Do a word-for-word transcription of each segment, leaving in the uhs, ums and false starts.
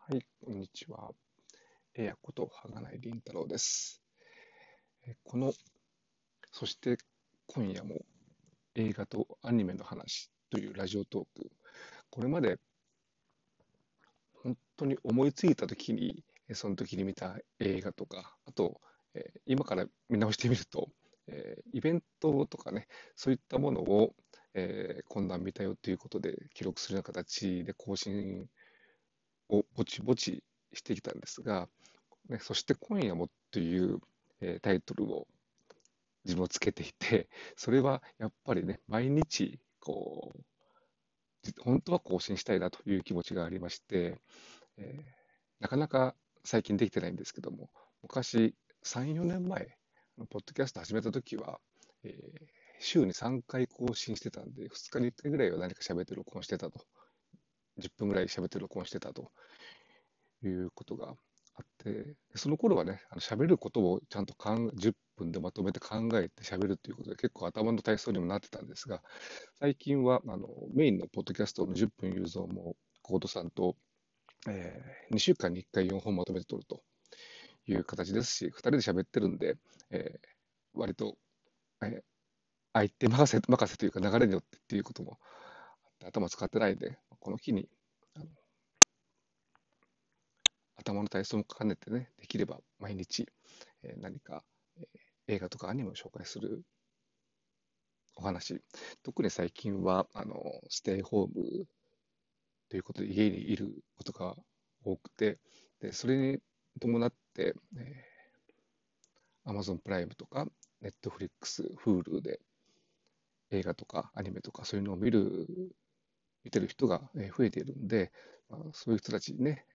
はい、こんにちは。えやことはがないりんたろうです。えこの、そして今夜も映画とアニメの話というラジオトーク、これまで本当に思いついた時に、えその時に見た映画とか、あと、えー今から見直してみると、えーイベントとかね、そういったものを、えー今度は見たよということで記録するような形で更新をぼちぼちしてきたんですが、ね、そして今夜もという、えータイトルを自分をつけていて、それはやっぱりね、毎日、こう、じ本当は更新したいなという気持ちがありまして、えーなかなか最近できてないんですけども、昔、さん、よねんまえ、あのポッドキャスト始めた時は、えー週にさんかい更新してたんで、ふつかにいっかいぐらいは何か喋って録音してたと、じゅっぷんぐらい喋って録音してたということがあって、その頃はね、あの喋ることをちゃんと考えじゅっぷんでまとめて考えて喋るということで結構頭の体操にもなってたんですが、最近はあのメインのポッドキャストのじゅっぷん有造もコードさんと、えーにしゅうかんにいっかいよんほんまとめて撮るという形ですし、ふたりで喋ってるんで、えー割と、えー相手任せ、任せというか流れによってっていうこともあって頭使ってないんで、この機にあの頭の体操も兼ねてね、できれば毎日、えー何か、えー映画とかアニメを紹介するお話。特に最近は、あの、ステイホームということで家にいることが多くて、で、それに伴って、えー Amazon プライムとか Netflix、Hulu で映画とかアニメとかそういうのを見る、見てる人がえー増えているんで、まあ、そういう人たちにね、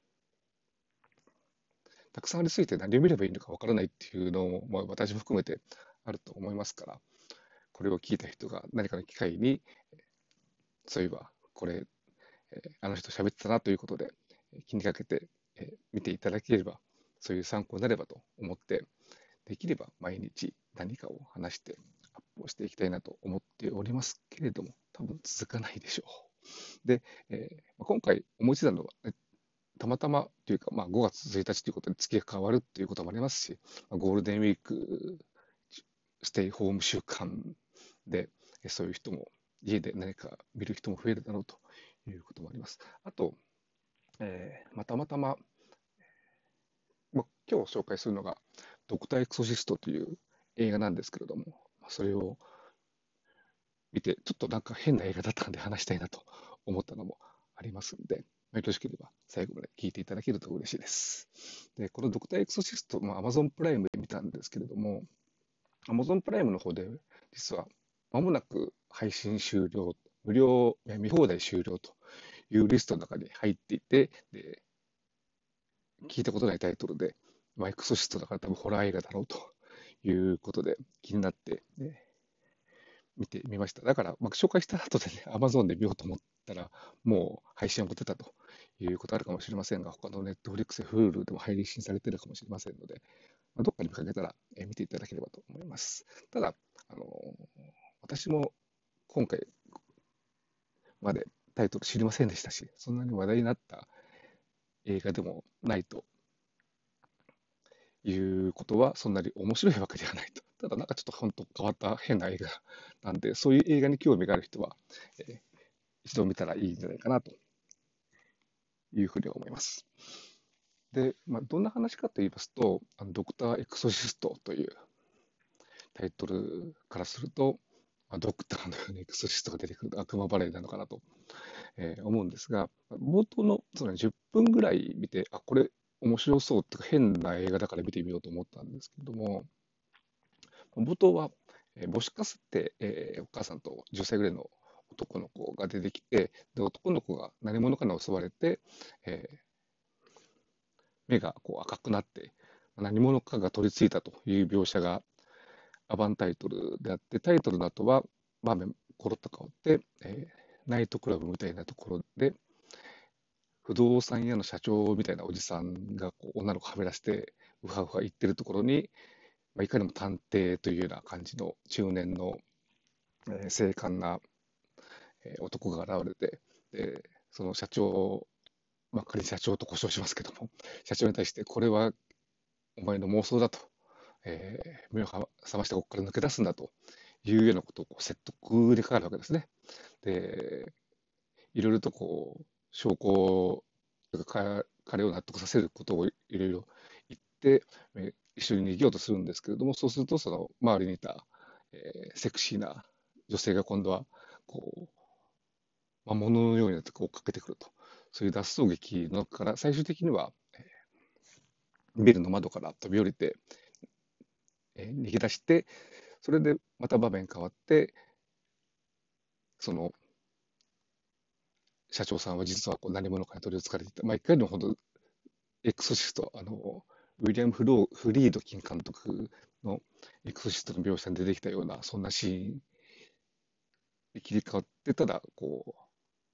たくさんありすぎて何を見ればいいのかわからないっていうのも、まあ、私も含めてあると思いますから、これを聞いた人が何かの機会に、そういえば、これ、えーあの人喋ってたなということで、えー気にかけて、えー見ていただければ、そういう参考になればと思って、できれば毎日何かを話してアップをしていきたいなと思っておりますけれども、多分続かないでしょう。で、えーまあ今回思いついたのは、ね、たまたまというか、まあ、ごがつついたちということで月が変わるということもありますし、まあゴールデンウィーク、ステイホーム週間で、えそういう人も家で何か見る人も増えるだろうということもあります。あと、えーまあ、たまたま、まあ、今日紹介するのが、ドクターエクソシストという映画なんですけれども、まあ、それを見て、ちょっとなんか変な映画だったんで話したいなと思ったのもありますんで、まあよろしければ最後まで聞いていただけると嬉しいです。で、このドクターエクソシスト、まあ、Amazon プライムで見たんですけれども、Amazon プライムの方で実は間もなく配信終了、無料、え見放題終了というリストの中に入っていて、で、聞いたことないタイトルで、まあ、エクソシストだから多分ホラー映画だろうということで気になって、ね、見てみました。だから、まあ、紹介した後でね、Amazon で見ようと思ったら、もう配信は持ってたということあるかもしれませんが、他の Netflix、Hulu でも配信されてるかもしれませんので、まあ、どっかに見かけたら、えー見ていただければと思います。ただ、あのー私も今回までタイトル知りませんでしたし、そんなに話題になった映画でもないということは、そんなに面白いわけではないと。ただ、なんかちょっと本当変わった変な映画なんで、そういう映画に興味がある人は、えー一度見たらいいんじゃないかなというふうに思います。で、まあ、どんな話かと言いますと、あのドクター・エクソシストというタイトルからすると、まあ、ドクターのようにエクソシストが出てくる悪魔バレーなのかなと、えー思うんですが、冒頭のそのじゅっぷんぐらい見て、あ、これ面白そうっていうか変な映画だから見てみようと思ったんですけれども、冒頭は、えー母子家庭ってえーお母さんとじゅっさいぐらいの男の子が出てきて、で、男の子が何者かに襲われて、えー目がこう赤くなって、何者かが取り付いたという描写がアバンタイトルであって、タイトルの後は場面、コロッと変わって、えーナイトクラブみたいなところで、不動産屋の社長みたいなおじさんがこう女の子はめ出して、うはうは言ってるところに、まあ、いかにも探偵というような感じの中年の、えー精悍な、えー男が現れて、で、その社長まあ、仮に社長と故障しますけども、社長に対して、これはお前の妄想だと、えー目を覚ましてここから抜け出すんだというようなことをこう説得でかかるわけですね。で、いろいろとこう、証拠とか、彼を納得させることをいろいろ言って、え一緒に逃げようとするんですけれども、そうすると、その周りにいた、えーセクシーな女性が今度は、こう、魔物のようになってこう追っかけてくると。そういう脱走劇の中から、最終的には、ビルの窓から飛び降りて、えー逃げ出して、それでまた場面変わって、その社長さんは実はこう何者かに取り憑かれていた。まあ、一回のほどエクソシスト、あの、ウィリアム・フロー、フリードキン監督のエクソシストの描写に出てきたような、そんなシーンに切り替わって、ただ、こう、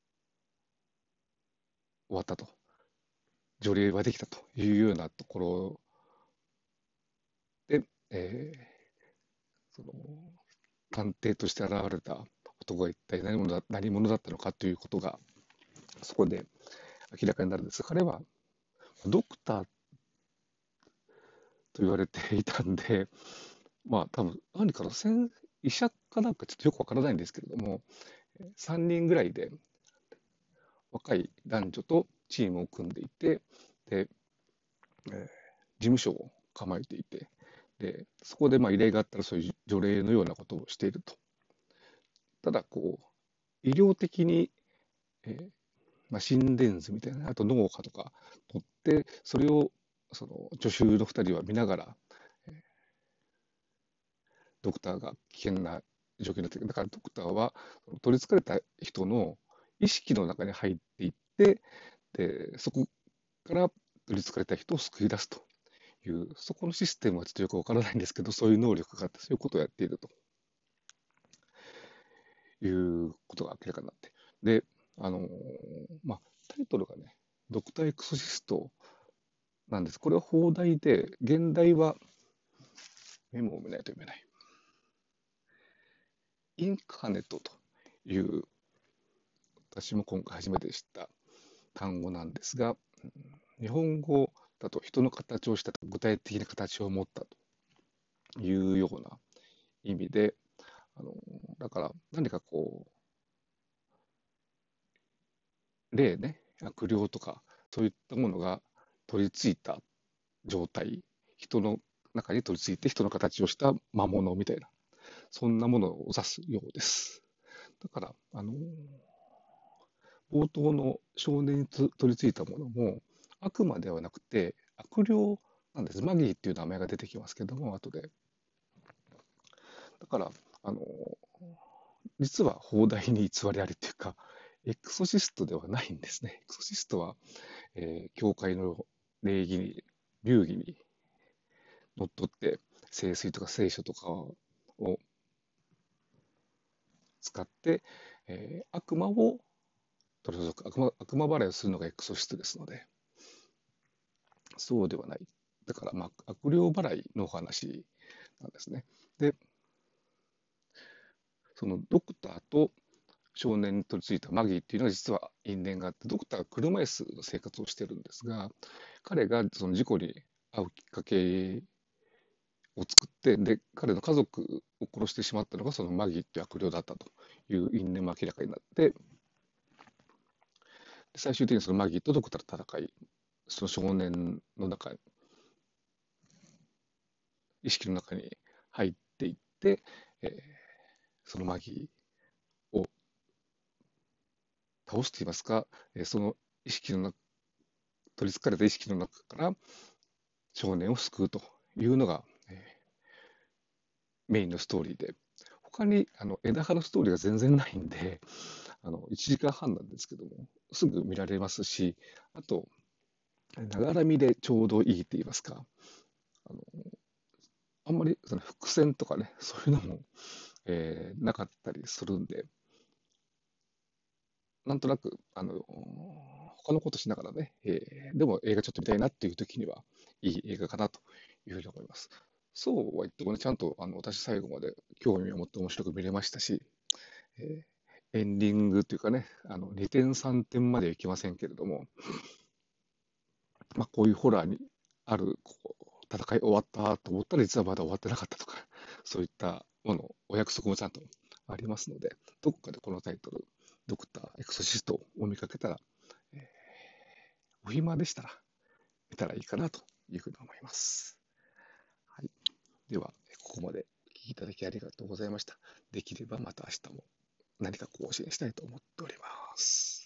終わったと。除霊はできたというようなところで、えーその、探偵として現れた男が一体何者だ、何者だったのかということが、そこで明らかになるんですが、彼はドクターと言われていたんで、まあ多分何かの先医者かなんかちょっとよくわからないんですけれども、さんにんぐらいで若い男女とチームを組んでいて、で、えー事務所を構えていて、で、そこでまあ依頼があったらそういう除霊のようなことをしていると。ただ、こう、医療的に、えーまあ、心電図みたいな、あと脳波とか取って、それをその助手のふたりは見ながら、ドクターが危険な状況になっている。だからドクターは取り憑かれた人の意識の中に入っていって、で、そこから取り憑かれた人を救い出すという、そこのシステムはちょっとよくわからないんですけど、そういう能力があって、そういうことをやっているということが明らかになって。で、あのーまあ、タイトルがね、ドクターエクソシストなんです。これは放題で、現代はメモを見ないと読めない。インカーネットという、私も今回初めて知った単語なんですが、日本語だと人の形をしたと、具体的な形を持ったというような意味で、あのだから何かこう、霊ね、悪霊とか、そういったものが取り付いた状態、人の中に取り付いて人の形をした魔物みたいな、そんなものを指すようです。だから、あの冒頭の少年に取り付いたものも、悪魔ではなくて悪霊なんです。マギーっていう名前が出てきますけども、後で。だから、あの実は放題に偽りありというか、エクソシストではないんですね。エクソシストは、えー教会の礼儀に、流儀にのっとって、聖水とか聖書とかを使って、えー悪魔を取り除く、悪魔、悪魔払いをするのがエクソシストですので、そうではない。だから、まあ、悪霊払いのお話なんですね。で、そのドクターと少年に取り付いたマギーっていうのは実は因縁があって、ドクターは車椅子の生活をしてるんですが、彼がその事故に遭うきっかけを作って、で、彼の家族を殺してしまったのがそのマギーっていう悪霊だったという因縁も明らかになって、最終的にそのマギーとドクターの戦い、その少年の中、意識の中に入っていって、えーそのマギーを倒すと言いますか、えーその意識の中、取り憑かれた意識の中から少年を救うというのが、えーメインのストーリーで、他にあの枝葉のストーリーが全然ないんで、あのいちじかんはんなんですけども、すぐ見られますし、あと、ながら見でちょうどいいって言いますか、あのあんまりその伏線とかね、そういうのも、えーなかったりするんで、なんとなく、あの、他のことしながらね、えーでも映画ちょっと見たいなっていう時には、いい映画かなというふうに思います。そうは言ってもね、ちゃんとあの私最後まで興味を持って面白く見れましたし、えーエンディングっていうかね、あのにてんさんてんまではいきませんけれども、 まあ、こういうホラーにあるこう戦い終わったと思ったら実はまだ終わってなかったとか、そういったもの、お約束もちゃんとありますので、どこかでこのタイトル、ドクターエクソシストをお見かけたら、えーお暇でしたら見たらいいかなというふうに思います。はい。では、ここまでお聞きいただきありがとうございました。できればまた明日も何か更新したいと思っております。